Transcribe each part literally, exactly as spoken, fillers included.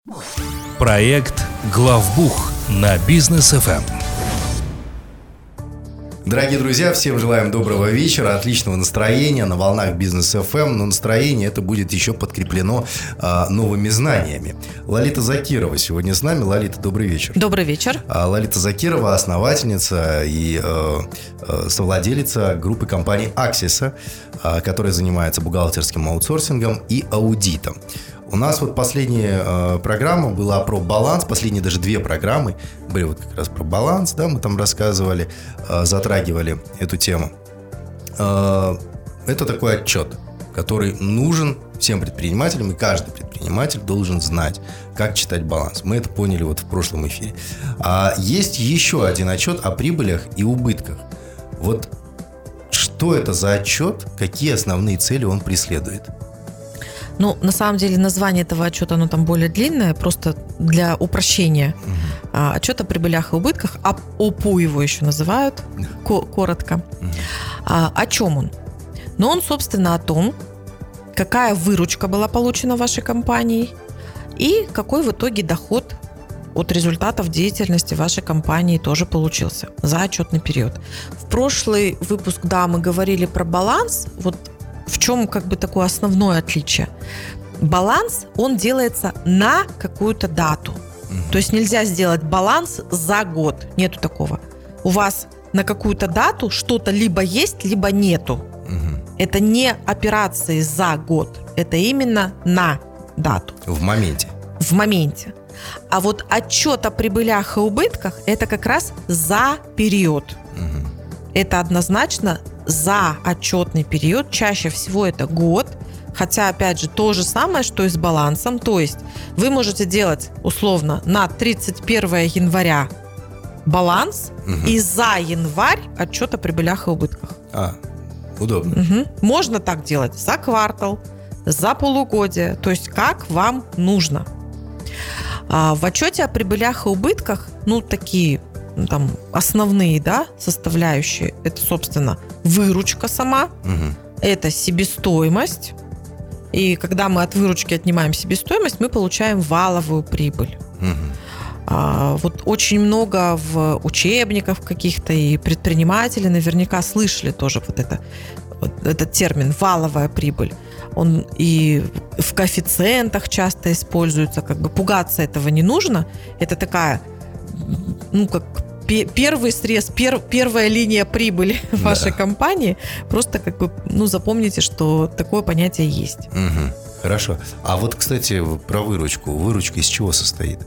Проект «Главбух» на Бизнес эф эм. Дорогие друзья, всем желаем доброго вечера, отличного настроения на волнах Бизнес эф эм, но настроение это будет еще подкреплено а, новыми знаниями. Лолита Закирова сегодня с нами. Лолита, добрый вечер. Добрый вечер. А, Лолита Закирова, основательница и э, э, совладелица группы компаний Аксиса, э, которая занимается бухгалтерским аутсорсингом и аудитом. У нас вот последняя э, программа была про баланс, последние даже две программы были вот как раз про баланс, да, мы там рассказывали, э, затрагивали эту тему. Э, это такой отчет, который нужен всем предпринимателям, и каждый предприниматель должен знать, как читать баланс. Мы это поняли вот в прошлом эфире. А есть еще один отчет о прибылях и убытках. Вот что это за отчет, какие основные цели он преследует? Ну, на самом деле, название этого отчета, оно там более длинное, просто для упрощения. Uh-huh. А, отчет о прибылях и убытках, ОП, ОПУ его еще называют, ко- коротко. Uh-huh. А, о чем он? Ну, он, собственно, о том, какая выручка была получена вашей компанией и какой в итоге доход от результатов деятельности вашей компании тоже получился за отчетный период. В прошлый выпуск, да, мы говорили про баланс, вот в чем как бы такое основное отличие? Баланс, он делается на какую-то дату. Mm-hmm. То есть нельзя сделать баланс за год. Нету такого. У вас на какую-то дату что-то либо есть, либо нету. Mm-hmm. Это не операции за год. Это именно на дату. В моменте. В моменте. А вот отчет о прибылях и убытках – это как раз за период. Mm-hmm. Это однозначно за отчетный период, чаще всего это год, хотя, опять же, то же самое, что и с балансом, то есть вы можете делать, условно, на тридцать первого января баланс, угу. и за январь отчет о прибылях и убытках. А, удобно. Угу. Можно так делать за квартал, за полугодие, то есть как вам нужно. А в отчете о прибылях и убытках, ну, такие там основные, да, составляющие, это, собственно, выручка сама, угу. это себестоимость, и когда мы от выручки отнимаем себестоимость, мы получаем валовую прибыль. Угу. А, вот очень много в учебниках каких-то и предприниматели наверняка слышали тоже вот, это, вот этот термин «валовая прибыль». Он и в коэффициентах часто используется, как бы пугаться этого не нужно. Это такая, ну, как первый срез, пер, первая линия прибыли да. вашей компании. Просто как бы, ну, запомните, что такое понятие есть. Угу. Хорошо. А вот, кстати, про выручку. Выручка из чего состоит?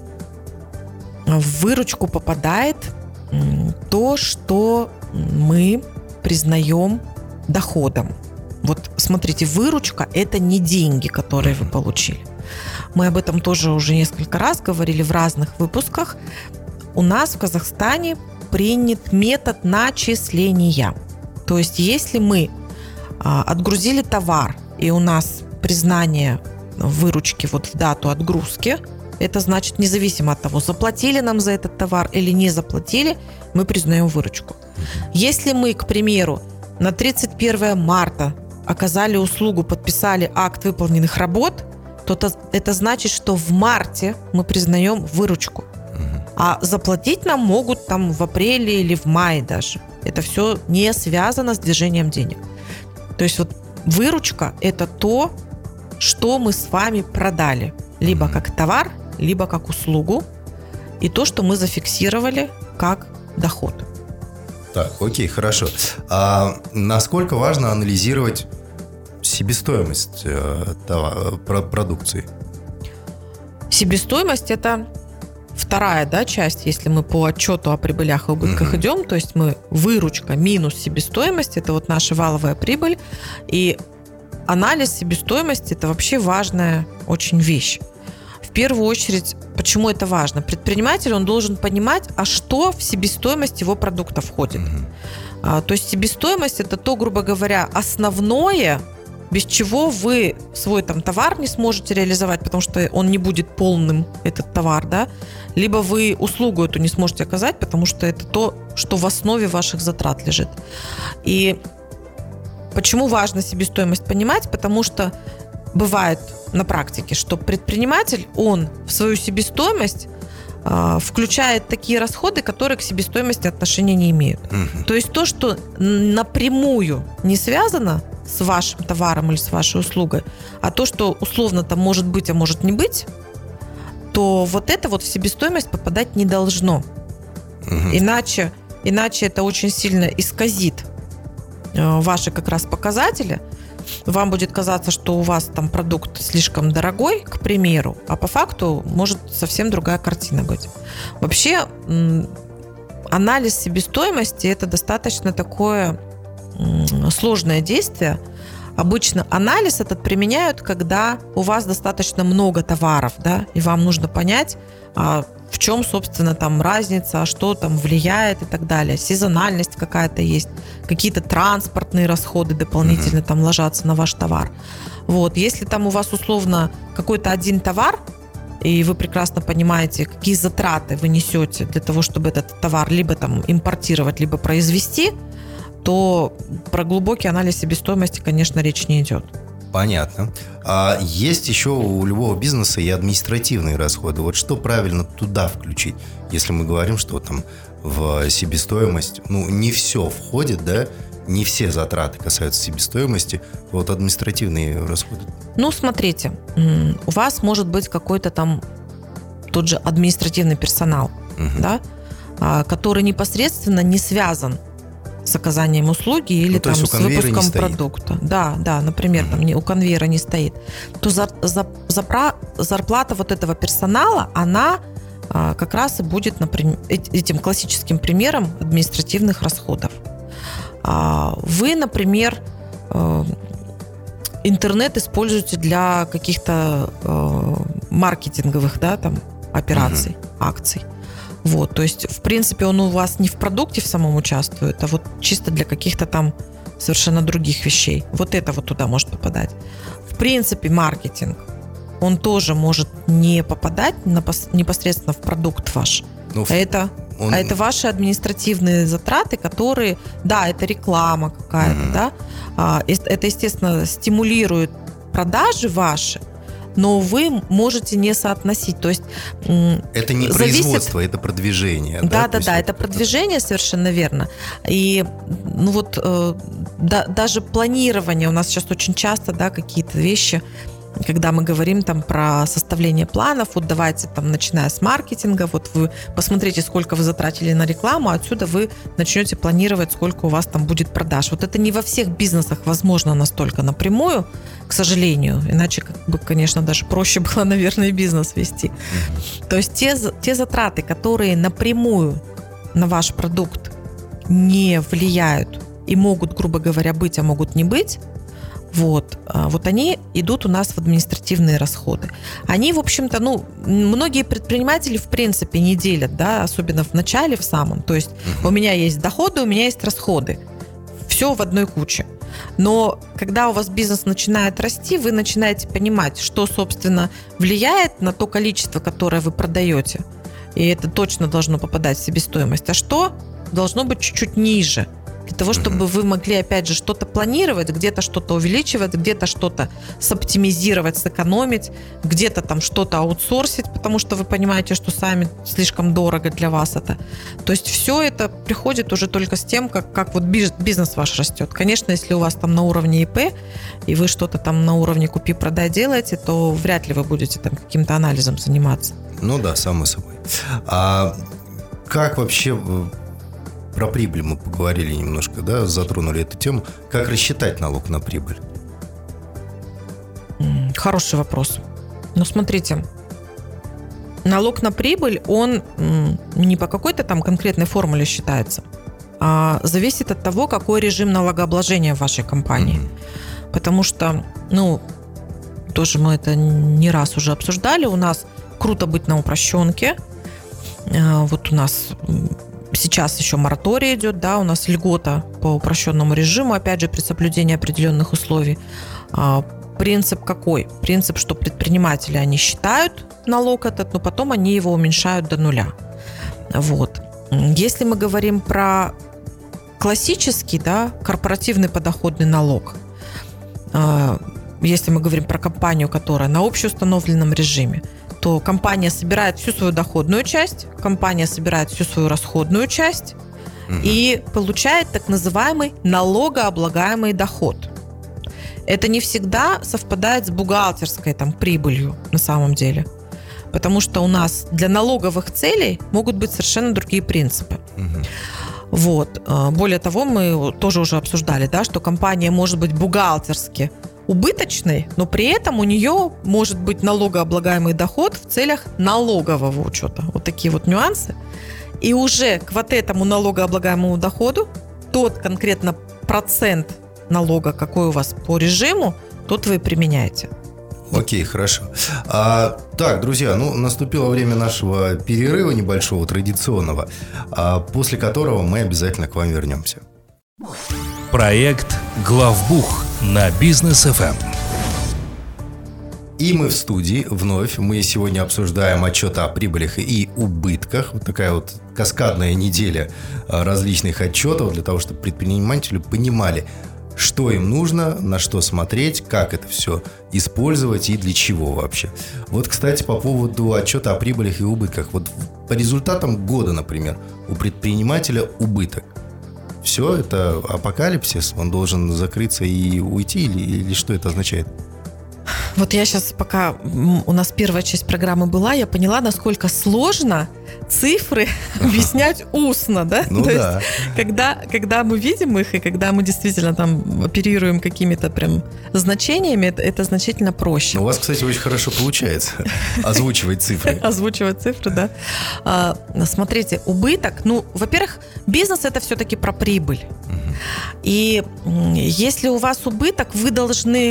В выручку попадает то, что мы признаем доходом. Вот смотрите, выручка – это не деньги, которые вы получили. Мы об этом тоже уже несколько раз говорили в разных выпусках. У нас в Казахстане принят метод начисления. То есть, если мы а, отгрузили товар, и у нас признание выручки вот в дату отгрузки, это значит, независимо от того, заплатили нам за этот товар или не заплатили, мы признаем выручку. Если мы, к примеру, на тридцать первого марта оказали услугу, подписали акт выполненных работ, то это, это значит, что в марте мы признаем выручку. А заплатить нам могут там в апреле или в мае даже. Это все не связано с движением денег. То есть вот выручка – это то, что мы с вами продали. Либо как товар, либо как услугу. И то, что мы зафиксировали как доход. Так, окей, хорошо. А насколько важно анализировать себестоимость э, товара, продукции? Себестоимость – это вторая, да, часть, если мы по отчету о прибылях и убытках uh-huh. идем, то есть мы выручка минус себестоимость, это вот наша валовая прибыль, и анализ себестоимости – это вообще важная очень вещь. В первую очередь, почему это важно? Предприниматель, он должен понимать, а что в себестоимость его продукта входит. Uh-huh. А, то есть себестоимость – это то, грубо говоря, основное, без чего вы свой там товар не сможете реализовать, потому что он не будет полным, этот товар, да, либо вы услугу эту не сможете оказать, потому что это то, что в основе ваших затрат лежит. И почему важно себестоимость понимать? Потому что бывает на практике, что предприниматель, он в свою себестоимость э, включает такие расходы, которые к себестоимости отношения не имеют. Угу. То есть то, что напрямую не связано с вашим товаром или с вашей услугой, а то, что условно там может быть, а может не быть, то вот это вот в себестоимость попадать не должно. Угу. Иначе, иначе это очень сильно исказит э, ваши как раз показатели. Вам будет казаться, что у вас там продукт слишком дорогой, к примеру, а по факту может совсем другая картина быть. Вообще, анализ себестоимости – это достаточно такое сложное действие. Обычно анализ этот применяют, когда у вас достаточно много товаров, да, и вам нужно понять, в чем, собственно, там разница, что там влияет и так далее. Сезональность какая-то есть, какие-то транспортные расходы дополнительно mm-hmm. там ложатся на ваш товар. Вот. Если там у вас условно какой-то один товар, и вы прекрасно понимаете, какие затраты вы несете для того, чтобы этот товар либо там импортировать, либо произвести, то про глубокий анализ себестоимости, конечно, речь не идет. Понятно. А есть еще у любого бизнеса и административные расходы. Вот что правильно туда включить, если мы говорим, что там в себестоимость, ну, не все входит, да, не все затраты касаются себестоимости, вот административные расходы. Ну, смотрите, у вас может быть какой-то там тот же административный персонал, угу. да, который непосредственно не связан с оказанием услуги или ну, там, с выпуском продукта. Да, да, например, mm-hmm. там не, у конвейера не стоит. То за, за, за, зарплата вот этого персонала, она а, как раз и будет, например, этим классическим примером административных расходов. А, вы, например, а, интернет используете для каких-то а, маркетинговых, да, там, операций, mm-hmm. акций. Вот, то есть, в принципе, он у вас не в продукте в самом участвует, а вот чисто для каких-то там совершенно других вещей. Вот это вот туда может попадать. В принципе, маркетинг, он тоже может не попадать непосредственно в продукт ваш. Ну, а, это, он... а это ваши административные затраты, которые, да, это реклама какая-то, mm-hmm. да, а, это, естественно, стимулирует продажи ваши, но вы можете не соотносить. То есть, это не зависит... производство, это продвижение. Да, да, да, да, это продвижение, совершенно верно. И ну вот э, да, даже планирование у нас сейчас очень часто, да, какие-то вещи, когда мы говорим там про составление планов, вот давайте там, начиная с маркетинга, вот вы посмотрите, сколько вы затратили на рекламу, отсюда вы начнете планировать, сколько у вас там будет продаж. Вот это не во всех бизнесах возможно настолько напрямую, к сожалению, иначе, как бы, конечно, даже проще было, наверное, бизнес вести. То есть те, те затраты, которые напрямую на ваш продукт не влияют и могут, грубо говоря, быть, а могут не быть, Вот, вот они идут у нас в административные расходы. Они, в общем-то, ну, многие предприниматели, в принципе, не делят, да, особенно в начале, в самом. То есть uh-huh. у меня есть доходы, у меня есть расходы. Все в одной куче. Но когда у вас бизнес начинает расти, вы начинаете понимать, что, собственно, влияет на то количество, которое вы продаете. И это точно должно попадать в себестоимость. А что должно быть чуть-чуть ниже. Для того, чтобы вы могли, опять же, что-то планировать, где-то что-то увеличивать, где-то что-то соптимизировать, сэкономить, где-то там что-то аутсорсить, потому что вы понимаете, что сами слишком дорого для вас это. То есть все это приходит уже только с тем, как, как вот бизнес ваш растет. Конечно, если у вас там на уровне ИП, и вы что-то там на уровне купи-продай делаете, то вряд ли вы будете там каким-то анализом заниматься. Ну да, само собой. А как вообще... Про прибыль мы поговорили немножко, да, затронули эту тему. Как рассчитать налог на прибыль? Хороший вопрос. Ну, смотрите, налог на прибыль, он не по какой-то там конкретной формуле считается, а зависит от того, какой режим налогообложения в вашей компании. Mm-hmm. Потому что, ну, тоже мы это не раз уже обсуждали, у нас круто быть на упрощенке. Вот у нас... Сейчас еще мораторий идет, да, у нас льгота по упрощенному режиму, опять же, при соблюдении определенных условий. А, принцип какой? Принцип, что предприниматели, они считают налог этот, но потом они его уменьшают до нуля. Вот. Если мы говорим про классический, да, корпоративный подоходный налог, а, если мы говорим про компанию, которая на общеустановленном режиме, то компания собирает всю свою доходную часть, компания собирает всю свою расходную часть угу. и получает так называемый налогооблагаемый доход. Это не всегда совпадает с бухгалтерской там, прибылью на самом деле. Потому что у нас для налоговых целей могут быть совершенно другие принципы. Угу. Вот. Более того, мы тоже уже обсуждали, да, что компания может быть бухгалтерски убыточной, но при этом у нее может быть налогооблагаемый доход в целях налогового учета. Вот такие вот нюансы. И уже к вот этому налогооблагаемому доходу тот конкретно процент налога, какой у вас по режиму, тот вы применяете. Окей, хорошо. А, так, друзья, ну, наступило время нашего перерыва небольшого, традиционного, а, после которого мы обязательно к вам вернемся. Проект «Главбух» на Бизнес эф эм. И мы в студии вновь. Мы сегодня обсуждаем отчет о прибылях и убытках. Вот такая вот каскадная неделя различных отчетов для того, чтобы предприниматели понимали, что им нужно, на что смотреть, как это все использовать и для чего вообще. Вот, кстати, по поводу отчета о прибылях и убытках. Вот по результатам года, например, у предпринимателя убыток. Все, это апокалипсис, он должен закрыться и уйти, или, или что это означает? Вот я сейчас, пока у нас первая часть программы была, я поняла, насколько сложно цифры объяснять устно, да? Ну То да. есть, когда, когда мы видим их, и когда мы действительно там оперируем какими-то прям значениями, это, это значительно проще. У вас, кстати, очень хорошо получается озвучивать цифры. Озвучивать цифры, да. А, смотрите, убыток, ну, во-первых, бизнес – это все-таки про прибыль. Угу. И если у вас убыток, вы должны...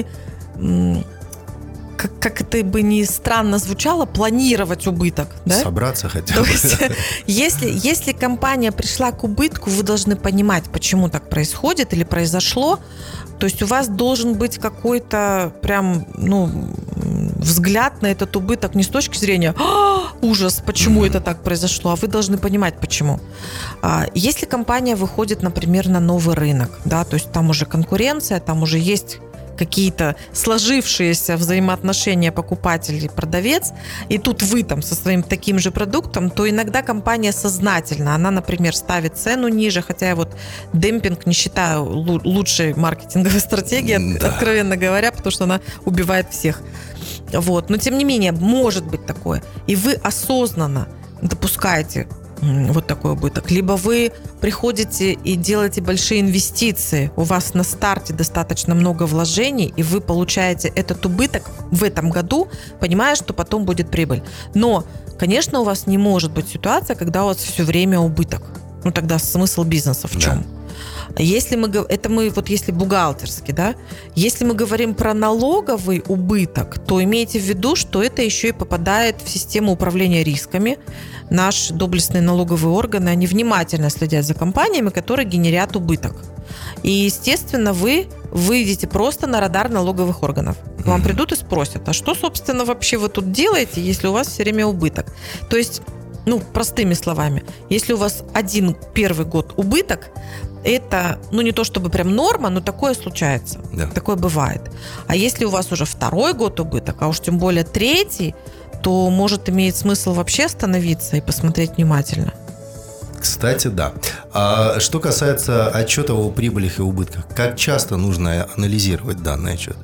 Как, как это бы ни странно звучало, планировать убыток. Да? Собраться хотя бы. То есть, если, если компания пришла к убытку, вы должны понимать, почему так происходит или произошло. То есть у вас должен быть какой-то прям, ну, взгляд на этот убыток не с точки зрения «А, ужас, почему mm-hmm. это так произошло», а вы должны понимать, почему. Если компания выходит, например, на новый рынок, да, то есть там уже конкуренция, там уже есть какие-то сложившиеся взаимоотношения покупатель и продавец, и тут вы там со своим таким же продуктом, то иногда компания сознательно, она, например, ставит цену ниже, хотя я вот демпинг не считаю лучшей маркетинговой стратегией, да. откровенно говоря, потому что она убивает всех. Вот. Но, тем не менее, может быть такое. И вы осознанно допускаете вот такой убыток. Либо вы приходите и делаете большие инвестиции, у вас на старте достаточно много вложений, и вы получаете этот убыток в этом году, понимая, что потом будет прибыль. Но, конечно, у вас не может быть ситуация, когда у вас все время убыток. Ну, тогда смысл бизнеса в чем? Да. Если мы, это мы, вот если бухгалтерски, да, если мы говорим про налоговый убыток, то имейте в виду, что это еще и попадает в систему управления рисками. Наши доблестные налоговые органы, они внимательно следят за компаниями, которые генерят убыток. И, естественно, вы выйдете просто на радар налоговых органов. К вам придут и спросят, а что, собственно, вообще вы тут делаете, если у вас все время убыток? То есть, ну, простыми словами, если у вас один первый год убыток, это, ну, не то чтобы прям норма, но такое случается. Да. Такое бывает. А если у вас уже второй год убыток, а уж тем более третий, то, может, имеет смысл вообще остановиться и посмотреть внимательно. Кстати, да. А что касается отчета о прибылях и убытках, как часто нужно анализировать данный отчет?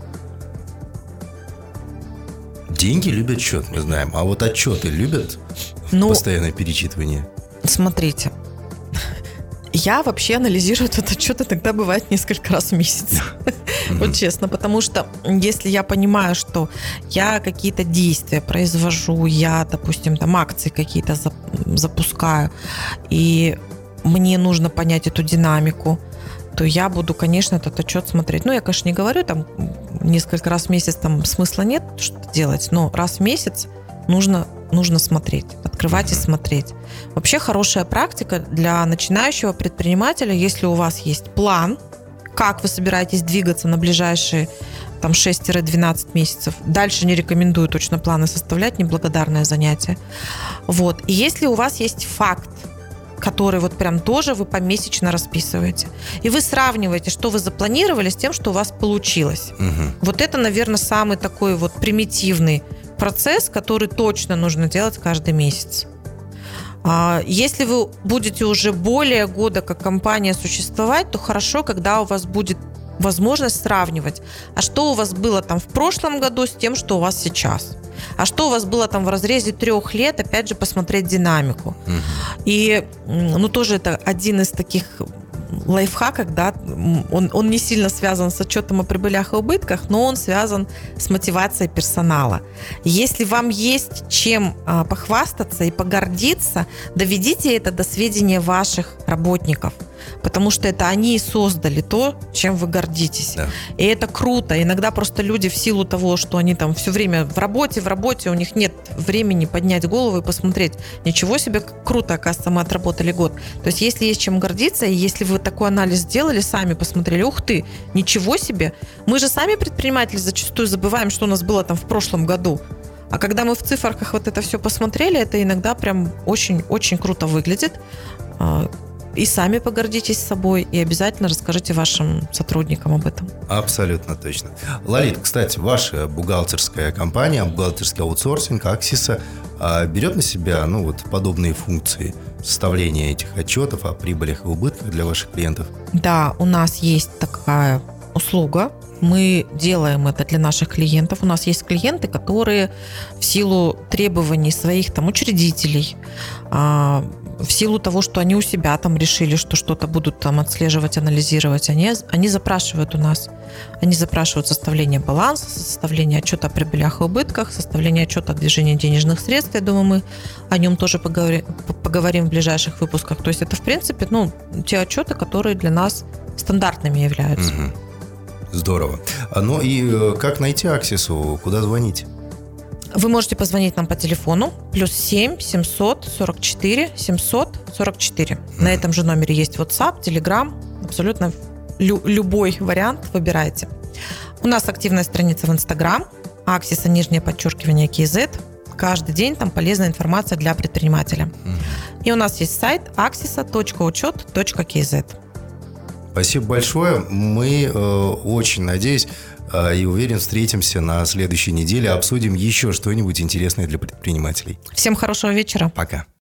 Деньги любят счет, мы знаем. А вот отчеты любят ну, постоянное перечитывание? Смотрите. Я вообще анализирую этот отчет, иногда бывает несколько раз в месяц. Mm-hmm. Вот честно, потому что если я понимаю, что я какие-то действия произвожу, я, допустим, там акции какие-то запускаю, и мне нужно понять эту динамику, то я буду, конечно, этот отчет смотреть. Ну, я, конечно, не говорю, там, несколько раз в месяц там смысла нет что-то делать, но раз в месяц нужно, нужно смотреть, открывать и смотреть. Вообще хорошая практика для начинающего предпринимателя, если у вас есть план, как вы собираетесь двигаться на ближайшие там, шесть-двенадцать месяцев. Дальше не рекомендую точно планы составлять, неблагодарное занятие. Вот. И если у вас есть факт, который вот прям тоже вы помесячно расписываете. И вы сравниваете, что вы запланировали с тем, что у вас получилось. Угу. Вот это, наверное, самый такой вот примитивный процесс, который точно нужно делать каждый месяц. Если вы будете уже более года как компания существовать, то хорошо, когда у вас будет возможность сравнивать, а что у вас было там в прошлом году с тем, что у вас сейчас. А что у вас было там в разрезе трех лет, опять же, посмотреть динамику. Uh-huh. И, ну, тоже это один из таких лайфхаков, да, он, он не сильно связан с отчетом о прибылях и убытках, но он связан с мотивацией персонала. Если вам есть чем а, похвастаться и погордиться, доведите это до сведения ваших работников, потому что это они создали то, чем вы гордитесь. Да. И это круто. Иногда просто люди в силу того, что они там все время в работе, в работе, у них нет времени поднять голову и посмотреть, ничего себе, как круто, оказывается, мы отработали год. То есть если есть чем гордиться, и если вы такой анализ сделали, сами посмотрели, ух ты, ничего себе. Мы же сами, предприниматели, зачастую забываем, что у нас было там в прошлом году. А когда мы в циферках вот это все посмотрели, это иногда прям очень-очень круто выглядит. И сами погордитесь собой, и обязательно расскажите вашим сотрудникам об этом. Абсолютно точно. Лолит, кстати, ваша бухгалтерская компания, бухгалтерский аутсорсинг Аксиса берет на себя, ну, вот подобные функции составления этих отчетов о прибылях и убытках для ваших клиентов? Да, у нас есть такая услуга. Мы делаем это для наших клиентов. У нас есть клиенты, которые в силу требований своих там учредителей, в силу того, что они у себя там решили, что что-то будут там отслеживать, анализировать, они, они запрашивают у нас. Они запрашивают составление баланса, составление отчета о прибылях и убытках, составление отчета о движении денежных средств. Я думаю, мы о нем тоже поговорим, поговорим в ближайших выпусках. То есть это, в принципе, ну, те отчеты, которые для нас стандартными являются. Угу. Здорово. Ну и как найти Аксису? Куда звонить? Вы можете позвонить нам по телефону плюс семь семьсот сорок четыре семьсот сорок четыре. На этом же номере есть WhatsApp, Telegram, абсолютно лю- любой вариант выбирайте. У нас активная страница в Instagram, Аксиса, нижнее подчеркивание, кей зет. Каждый день там полезная информация для предпринимателя. И у нас есть сайт аксиса точка учет точка кей зет. Спасибо большое. Мы э, очень, надеюсь, э, и уверен, встретимся на следующей неделе, обсудим еще что-нибудь интересное для предпринимателей. Всем хорошего вечера. Пока.